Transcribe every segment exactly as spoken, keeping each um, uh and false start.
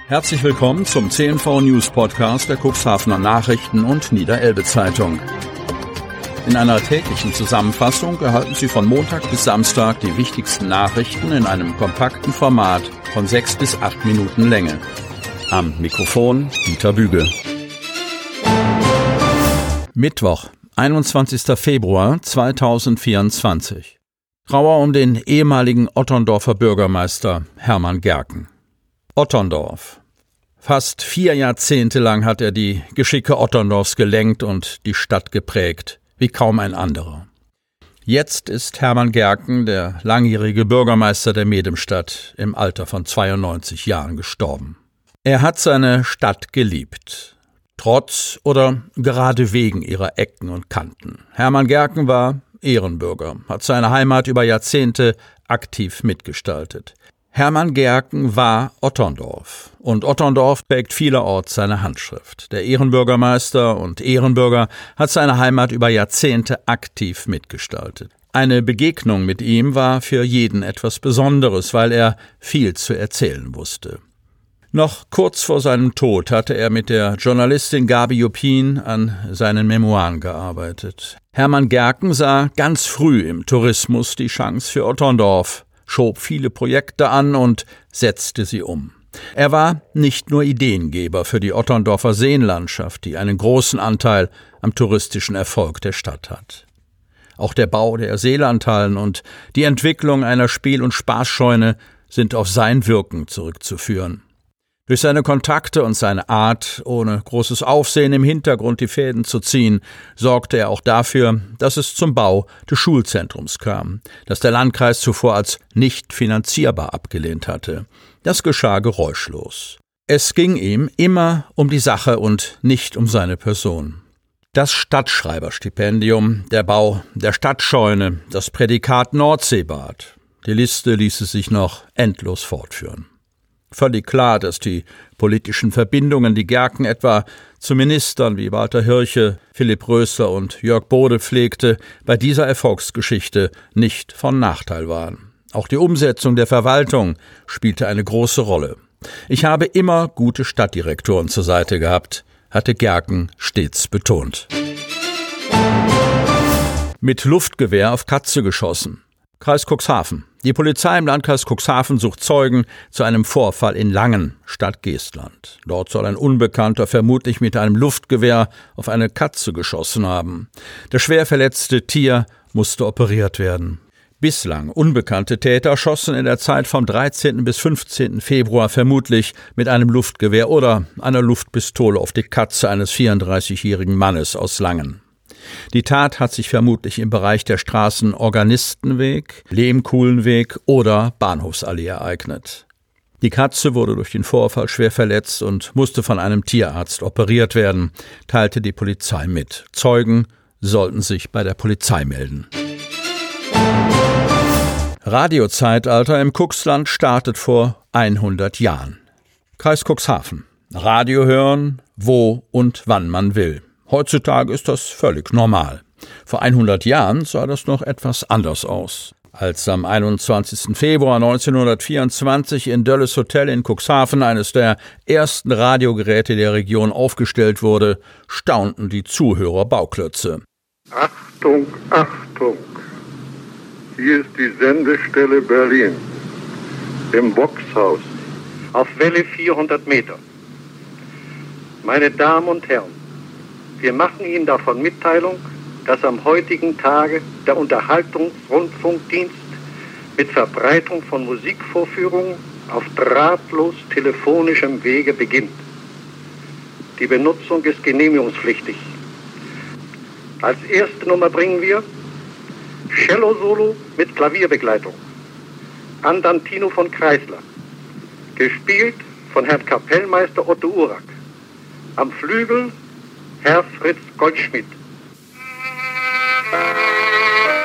Herzlich willkommen zum C N V News Podcast der Cuxhavener Nachrichten und Niederelbe Zeitung. In einer täglichen Zusammenfassung erhalten Sie von Montag bis Samstag die wichtigsten Nachrichten in einem kompakten Format von sechs bis acht Minuten Länge. Am Mikrofon Dieter Büge. Mittwoch, einundzwanzigster Februar zweitausendvierundzwanzig. Trauer um den ehemaligen Otterndorfer Bürgermeister Hermann Gerken. Otterndorf. Fast vier Jahrzehnte lang hat er die Geschicke Otterndorfs gelenkt und die Stadt geprägt, wie kaum ein anderer. Jetzt ist Hermann Gerken, der langjährige Bürgermeister der Medemstadt, im Alter von zweiundneunzig Jahren gestorben. Er hat seine Stadt geliebt, trotz oder gerade wegen ihrer Ecken und Kanten. Hermann Gerken war Ehrenbürger, hat seine Heimat über Jahrzehnte aktiv mitgestaltet. Hermann Gerken war Otterndorf und Otterndorf trägt vielerorts seine Handschrift. Der Ehrenbürgermeister und Ehrenbürger hat seine Heimat über Jahrzehnte aktiv mitgestaltet. Eine Begegnung mit ihm war für jeden etwas Besonderes, weil er viel zu erzählen wusste. Noch kurz vor seinem Tod hatte er mit der Journalistin Gabi Juppin an seinen Memoiren gearbeitet. Hermann Gerken sah ganz früh im Tourismus die Chance für Otterndorf, schob viele Projekte an und setzte sie um. Er war nicht nur Ideengeber für die Otterndorfer Seenlandschaft, die einen großen Anteil am touristischen Erfolg der Stadt hat. Auch der Bau der Seelandhallen und die Entwicklung einer Spiel- und Spaßscheune sind auf sein Wirken zurückzuführen. Durch seine Kontakte und seine Art, ohne großes Aufsehen im Hintergrund die Fäden zu ziehen, sorgte er auch dafür, dass es zum Bau des Schulzentrums kam, das der Landkreis zuvor als nicht finanzierbar abgelehnt hatte. Das geschah geräuschlos. Es ging ihm immer um die Sache und nicht um seine Person. Das Stadtschreiberstipendium, der Bau der Stadtscheune, das Prädikat Nordseebad. Die Liste ließe sich noch endlos fortführen. Völlig klar, dass die politischen Verbindungen, die Gerken etwa zu Ministern wie Walter Hirche, Philipp Rösler und Jörg Bode pflegte, bei dieser Erfolgsgeschichte nicht von Nachteil waren. Auch die Umsetzung der Verwaltung spielte eine große Rolle. Ich habe immer gute Stadtdirektoren zur Seite gehabt, hatte Gerken stets betont. Mit Luftgewehr auf Katze geschossen. Kreis Cuxhaven. Die Polizei im Landkreis Cuxhaven sucht Zeugen zu einem Vorfall in Langen, Stadt Geestland. Dort soll ein Unbekannter vermutlich mit einem Luftgewehr auf eine Katze geschossen haben. Das schwer verletzte Tier musste operiert werden. Bislang unbekannte Täter schossen in der Zeit vom dreizehnten bis fünfzehnten Februar vermutlich mit einem Luftgewehr oder einer Luftpistole auf die Katze eines vierunddreißigjährigen Mannes aus Langen. Die Tat hat sich vermutlich im Bereich der Straßen Organistenweg, Lehmkuhlenweg oder Bahnhofsallee ereignet. Die Katze wurde durch den Vorfall schwer verletzt und musste von einem Tierarzt operiert werden, teilte die Polizei mit. Zeugen sollten sich bei der Polizei melden. Radiozeitalter im Cuxland startet vor hundert Jahren. Kreis Cuxhaven. Radio hören, wo und wann man will. Heutzutage ist das völlig normal. Vor hundert Jahren sah das noch etwas anders aus. Als am einundzwanzigsten Februar neunzehnhundertvierundzwanzig in Dölles Hotel in Cuxhaven eines der ersten Radiogeräte der Region aufgestellt wurde, staunten die Zuhörer Bauklötze. Achtung, Achtung! Hier ist die Sendestelle Berlin. Im Boxhaus. Auf Welle vierhundert Meter. Meine Damen und Herren, wir machen Ihnen davon Mitteilung, dass am heutigen Tage der Unterhaltungsrundfunkdienst mit Verbreitung von Musikvorführungen auf drahtlos telefonischem Wege beginnt. Die Benutzung ist genehmigungspflichtig. Als erste Nummer bringen wir Cello-Solo mit Klavierbegleitung. Andantino von Kreisler. Gespielt von Herrn Kapellmeister Otto Urak. Am Flügel Herr Fritz Goldschmidt.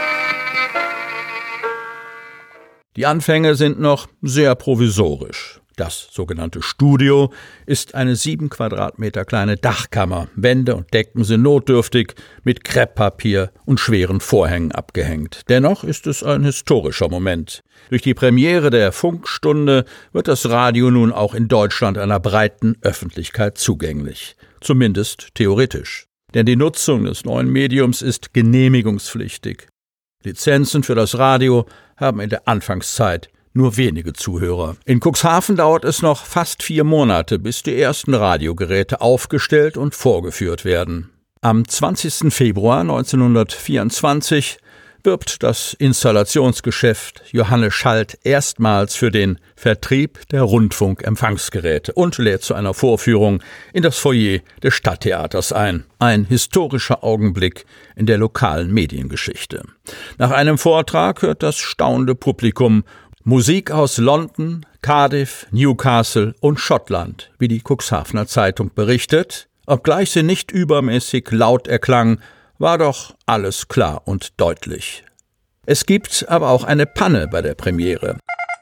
Die Anfänge sind noch sehr provisorisch. Das sogenannte Studio ist eine sieben Quadratmeter kleine Dachkammer. Wände und Decken sind notdürftig, mit Krepppapier und schweren Vorhängen abgehängt. Dennoch ist es ein historischer Moment. Durch die Premiere der Funkstunde wird das Radio nun auch in Deutschland einer breiten Öffentlichkeit zugänglich. Zumindest theoretisch. Denn die Nutzung des neuen Mediums ist genehmigungspflichtig. Lizenzen für das Radio haben in der Anfangszeit nur wenige Zuhörer. In Cuxhaven dauert es noch fast vier Monate, bis die ersten Radiogeräte aufgestellt und vorgeführt werden. Am zwanzigsten Februar neunzehnhundertvierundzwanzig wirbt das Installationsgeschäft Johannes Schalt erstmals für den Vertrieb der Rundfunkempfangsgeräte und lädt zu einer Vorführung in das Foyer des Stadttheaters ein. Ein historischer Augenblick in der lokalen Mediengeschichte. Nach einem Vortrag hört das staunende Publikum Musik aus London, Cardiff, Newcastle und Schottland, wie die Cuxhavener Zeitung berichtet. Obgleich sie nicht übermäßig laut erklang, war doch alles klar und deutlich. Es gibt aber auch eine Panne bei der Premiere.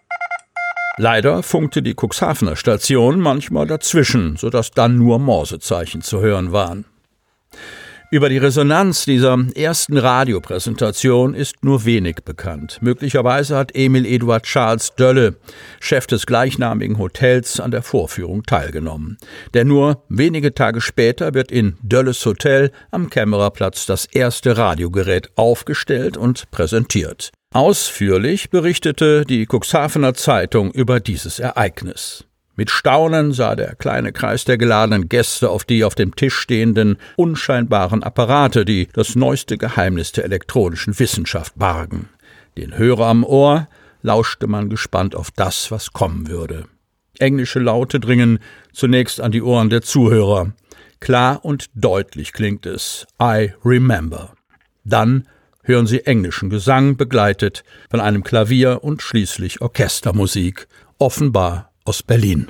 Leider funkte die Cuxhavener Station manchmal dazwischen, sodass dann nur Morsezeichen zu hören waren. Über die Resonanz dieser ersten Radiopräsentation ist nur wenig bekannt. Möglicherweise hat Emil Eduard Charles Dölle, Chef des gleichnamigen Hotels, an der Vorführung teilgenommen. Denn nur wenige Tage später wird in Dölles Hotel am Kämmererplatz das erste Radiogerät aufgestellt und präsentiert. Ausführlich berichtete die Cuxhavener Zeitung über dieses Ereignis. Mit Staunen sah der kleine Kreis der geladenen Gäste auf die auf dem Tisch stehenden, unscheinbaren Apparate, die das neueste Geheimnis der elektronischen Wissenschaft bargen. Den Hörer am Ohr lauschte man gespannt auf das, was kommen würde. Englische Laute dringen zunächst an die Ohren der Zuhörer. Klar und deutlich klingt es: I remember. Dann hören sie englischen Gesang, begleitet von einem Klavier und schließlich Orchestermusik, offenbar aus Berlin.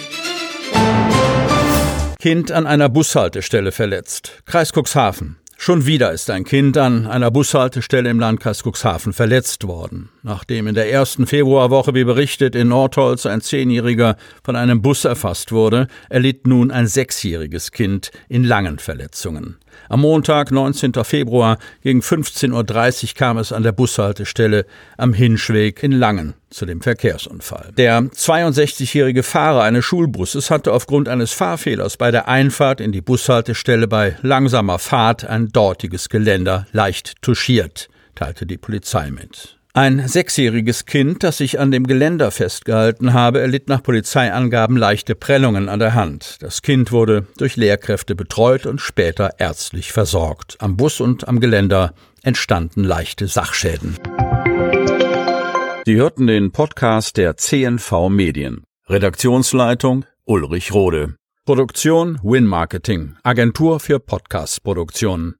Kind an einer Bushaltestelle verletzt. Kreis Cuxhaven. Schon wieder ist ein Kind an einer Bushaltestelle im Landkreis Cuxhaven verletzt worden. Nachdem in der ersten Februarwoche, wie berichtet, in Nordholz ein Zehnjähriger von einem Bus erfasst wurde, erlitt nun ein sechsjähriges Kind in Langen Verletzungen. Am Montag, neunzehnten Februar, gegen fünfzehn Uhr dreißig kam es an der Bushaltestelle am Hinschweg in Langen zu dem Verkehrsunfall. Der zweiundsechzigjährige Fahrer eines Schulbusses hatte aufgrund eines Fahrfehlers bei der Einfahrt in die Bushaltestelle bei langsamer Fahrt ein dortiges Geländer leicht touchiert, teilte die Polizei mit. Ein sechsjähriges Kind, das sich an dem Geländer festgehalten habe, erlitt nach Polizeiangaben leichte Prellungen an der Hand. Das Kind wurde durch Lehrkräfte betreut und später ärztlich versorgt. Am Bus und am Geländer entstanden leichte Sachschäden. Sie hörten den Podcast der C N V Medien. Redaktionsleitung Ulrich Rode. Produktion Win Marketing, Agentur für Podcast-Produktionen.